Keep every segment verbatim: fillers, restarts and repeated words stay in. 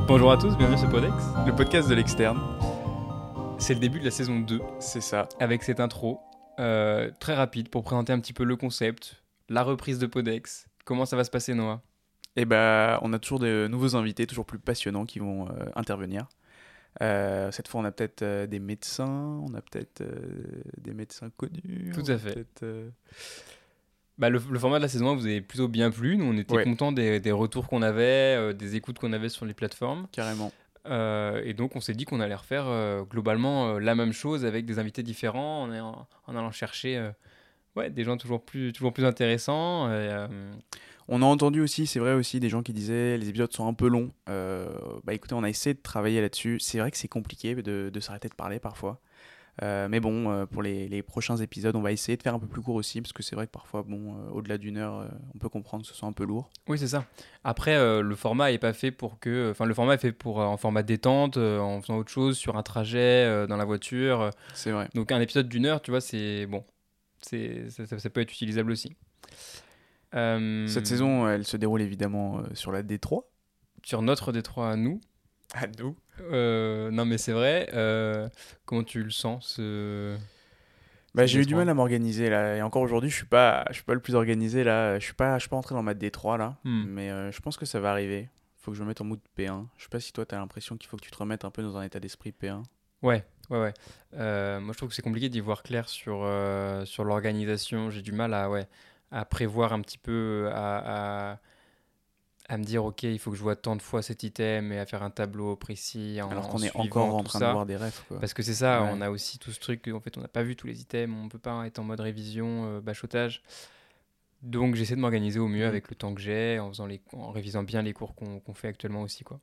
Bonjour à tous, bienvenue sur Podex. Le podcast de l'externe. C'est le début de la saison deux, C'est ça. avec cette intro euh, très rapide pour présenter un petit peu le concept, la reprise de Podex. Comment ça va se passer, Noah? Et bah, on a toujours de nouveaux invités, toujours plus passionnants qui vont euh, intervenir. Euh, cette fois, on a peut-être euh, des médecins, on a peut-être euh, des médecins connus. Tout on à a fait. peut-être, euh, Bah, le, le format de la saison un vous avez plutôt bien plu. Nous, on était Ouais. contents des, des retours qu'on avait, euh, des écoutes qu'on avait sur les plateformes. Carrément. Euh, et donc, on s'est dit qu'on allait refaire euh, globalement euh, la même chose avec des invités différents, en, allant- en allant chercher euh, ouais, des gens toujours plus, toujours plus intéressants. Et, euh, On a entendu aussi, c'est vrai aussi, des gens qui disaient les épisodes sont un peu longs. Euh, bah écoutez, on a essayé de travailler là-dessus. C'est vrai que c'est compliqué de, de s'arrêter de parler parfois. Euh, mais bon, euh, pour les, les prochains épisodes, on va essayer de faire un peu plus court aussi, parce que c'est vrai que parfois, bon, euh, au-delà d'une heure, euh, on peut comprendre que ce soit un peu lourd. Oui, c'est ça. Après, euh, le format est pas fait pour que. Enfin, le format est fait pour euh, en format détente, euh, en faisant autre chose sur un trajet, euh, dans la voiture. euh. C'est vrai. Donc, un épisode d'une heure, tu vois, c'est bon. C'est ça, ça- ça peut être utilisable aussi. Euh, Cette saison, elle se déroule évidemment euh, sur la D trois. Sur notre Détroit à nous. À nous. euh, non, mais c'est vrai. euh, comment tu le sens, ce. Bah, ce j'ai eu du Détroit mal à m'organiser là, et encore aujourd'hui, je suis pas, je suis pas le plus organisé là. Je suis pas, je suis pas entré dans ma D trois là, Hmm. mais euh, je pense que ça va arriver. Faut que je me mette en mode P un. Je sais pas si toi, t'as l'impression qu'il faut que tu te remettes un peu dans un état d'esprit P un. Ouais, ouais, ouais. Euh, moi, je trouve que c'est compliqué d'y voir clair sur, euh, sur l'organisation. J'ai du mal à, ouais, à prévoir un petit peu, à, à, à me dire, OK, il faut que je vois tant de fois cet item et à faire un tableau précis en, Alors en qu'on est suivant encore en tout train de ça. voir des refs quoi. Parce que c'est ça, Ouais. on a aussi tout ce truc, en fait, on n'a pas vu tous les items, on peut pas être en mode révision, euh, bachotage. Donc, j'essaie de m'organiser au mieux Mhm. avec le temps que j'ai, en, faisant les, en révisant bien les cours qu'on qu'on fait actuellement aussi, quoi.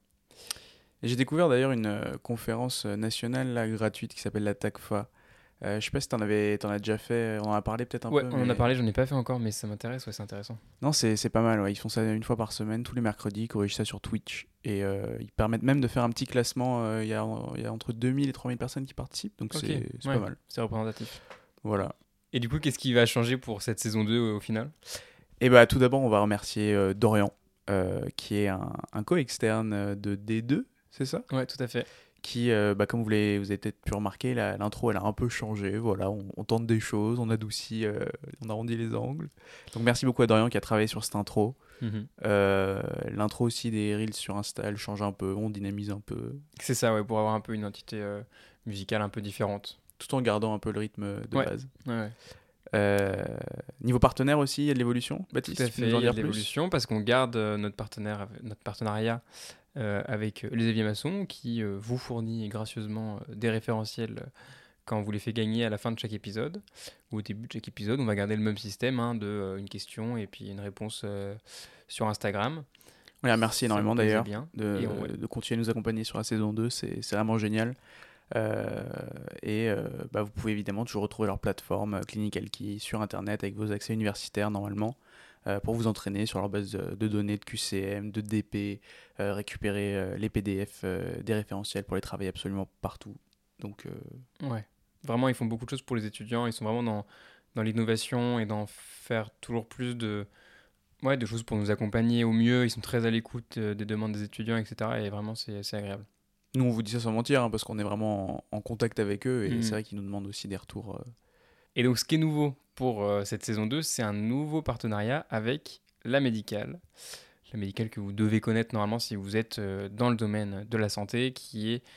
Et j'ai découvert d'ailleurs une euh, conférence euh, nationale là, gratuite qui s'appelle la TACFA. Euh, je sais pas si t'en avais, t'en as déjà fait, on en a parlé peut-être un Ouais, peu, on en a mais parlé, j'en ai pas fait encore, mais ça m'intéresse, ouais, c'est intéressant. non, c'est c'est pas mal. Ouais. Ils font ça une fois par semaine, tous les mercredis, ils corrigent ça sur Twitch. Et euh, ils permettent même de faire un petit classement. euh, Il y, a, il y a entre deux mille et trois mille personnes qui participent, donc Ok, c'est c'est ouais, pas mal. c'est représentatif. Voilà. Et du coup, qu'est-ce qui va changer pour cette saison deux euh, au final? Et bah tout d'abord, on va remercier euh, Dorian, euh, qui est un, un co-externe euh, de D deux, c'est ça? Ouais, tout à fait. Qui, euh, bah, comme vous, l'avez, vous avez peut-être pu remarquer, la- l'intro elle a un peu changé. Voilà, on, on tente des choses, on adoucit, euh, on arrondit les angles. Donc merci beaucoup à Dorian qui a travaillé sur cette intro. Mhm. Euh, l'intro aussi des Reels sur Insta, elle change un peu, on dynamise un peu, C'est ça, ouais, pour avoir un peu une identité euh, musicale un peu différente. tout en gardant un peu le rythme de Ouais. base. Ouais, ouais. Euh, niveau partenaire aussi, il y a de l'évolution. Tout Baptiste, à tu peux fait, nous en il y a dire de plus? l'évolution parce qu'on garde euh, notre, partenaire, notre partenariat euh, avec euh, les Éviers Maçons qui euh, vous fournit gracieusement euh, des référentiels euh, quand on vous les fait gagner à la fin de chaque épisode ou au début de chaque épisode. On va garder le même système hein, de euh, une question et puis une réponse euh, sur Instagram. On les remercie Ça énormément nous plaisait d'ailleurs bien. de, Et on, ouais. de continuer à nous accompagner sur la saison deux, c'est c'est vraiment génial. Euh, et euh, bah, vous pouvez évidemment toujours retrouver leur plateforme euh, Clinical Key sur internet avec vos accès universitaires normalement euh, pour vous entraîner sur leur base de, de données de Q C M, de D P, euh, récupérer euh, les P D F euh, des référentiels pour les travailler absolument partout. Donc euh, Ouais. Vraiment, ils font beaucoup de choses pour les étudiants. Ils sont vraiment dans, dans l'innovation et d'en faire toujours plus de, ouais, de choses pour nous accompagner au mieux. Ils sont très à l'écoute euh, des demandes des étudiants, et cetera. Et vraiment, c'est c'est agréable. nous on vous dit ça sans mentir hein, parce qu'on est vraiment en, en contact avec eux et Mhm. c'est vrai qu'ils nous demandent aussi des retours. euh, Et donc, ce qui est nouveau pour euh, cette saison deux, c'est un nouveau partenariat avec la médicale. La médicale que vous devez connaître normalement si vous êtes euh, dans le domaine de la santé, qui est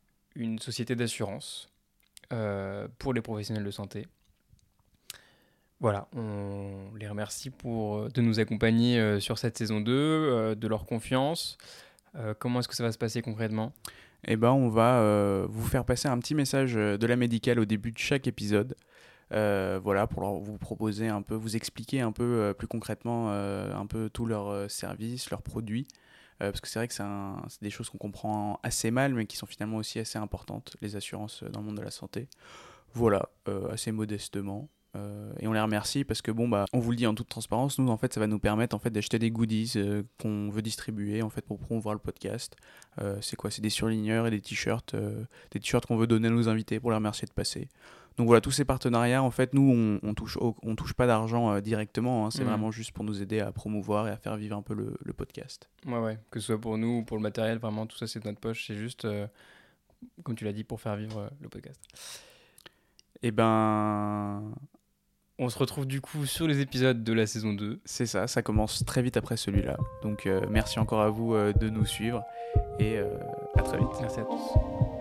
une société d'assurance euh, pour les professionnels de santé. Voilà, on les remercie pour, euh, de nous accompagner euh, sur cette saison deux, euh, de leur confiance. Euh, comment est-ce que ça va se passer concrètement? Eh ben, on va euh, vous faire passer un petit message euh, de la médicale au début de chaque épisode. Euh, voilà, pour leur- vous proposer un peu, vous expliquer un peu euh, plus concrètement euh, un peu tous leurs euh, services, leurs produits. Euh, parce que c'est vrai que c'est, un- c'est des choses qu'on comprend assez mal, mais qui sont finalement aussi assez importantes, les assurances euh, dans le monde de la santé. Voilà, euh, assez modestement. Euh, et on les remercie parce que bon bah on vous le dit en toute transparence, nous en fait ça va nous permettre en fait d'acheter des goodies euh, qu'on veut distribuer en fait pour promouvoir le podcast. Euh, c'est quoi? C'est des surligneurs et des t-shirts, euh, des t-shirts qu'on veut donner à nos invités pour les remercier de passer. Donc voilà, tous ces partenariats en fait nous on, on touche on touche pas d'argent euh, directement, hein, c'est mmh. vraiment juste pour nous aider à promouvoir et à faire vivre un peu le, le podcast. Ouais ouais, que ce soit pour nous ou pour le matériel, vraiment tout ça c'est de notre poche, c'est juste euh, comme tu l'as dit pour faire vivre euh, le podcast. Et ben on se retrouve du coup sur les épisodes de la saison deux. C'est ça, ça commence très vite après celui-là. Donc euh, merci encore à vous euh, de nous suivre et euh, à très vite. Merci à tous.